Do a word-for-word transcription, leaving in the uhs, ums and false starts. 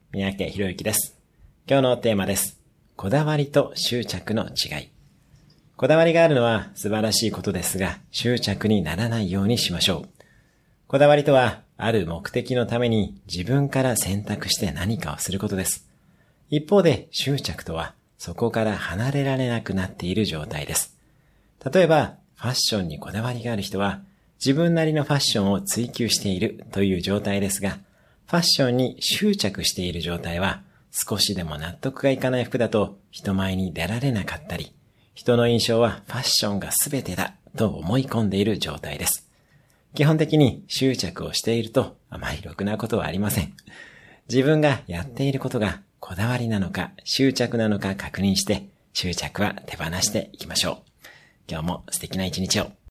三宅博之です。今日のテーマです。こだわりと執着の違い。こだわりがあるのは素晴らしいことですが、執着にならないようにしましょう。こだわりとは、ある目的のために自分から選択して何かをすることです。一方で執着とは、そこから離れられなくなっている状態です。例えば、ファッションにこだわりがある人は、自分なりのファッションを追求しているという状態ですが、ファッションに執着している状態は、少しでも納得がいかない服だと人前に出られなかったり、人の印象はファッションが全てだと思い込んでいる状態です。基本的に執着をしているとあまりろくなことはありません。自分がやっていることがこだわりなのか執着なのか確認して、執着は手放していきましょう。今日も素敵な一日を。